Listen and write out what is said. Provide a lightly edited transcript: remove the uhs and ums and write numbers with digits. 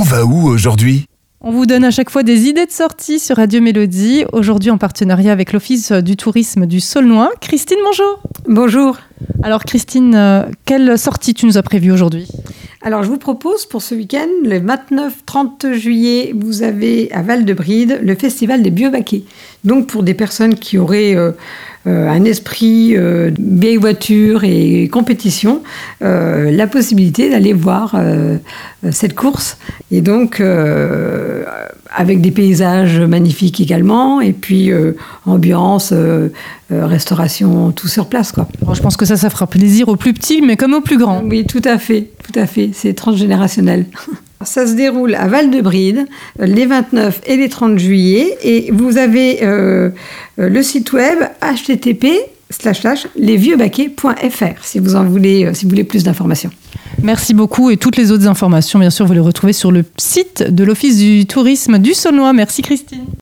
va où aujourd'hui ? On vous donne à chaque fois des idées de sortie sur Radio Mélodie. Aujourd'hui, en partenariat avec l'Office du tourisme du Saulnois. Christine, bonjour. Bonjour. Alors Christine, quelle sortie tu nous as prévue aujourd'hui ? Alors, je vous propose pour ce week-end, le 29-30 juillet, vous avez à Val-de-Bride le festival des biobaquets. Donc, pour des personnes qui auraient un esprit vieille voiture et compétition, la possibilité d'aller voir cette course. Et donc, avec des paysages magnifiques également, et puis ambiance, restauration, tout sur place, quoi. Alors, je pense que ça fera plaisir aux plus petits, mais comme aux plus grands. Oui, tout à fait. C'est transgénérationnel. Ça se déroule à Val-de-Bride, les 29 et les 30 juillet. Et vous avez le site web http://lesvieuxbaquets.fr si vous voulez plus d'informations. Merci beaucoup. Et toutes les autres informations, bien sûr, vous les retrouvez sur le site de l'Office du tourisme du Saulnois. Merci Christine.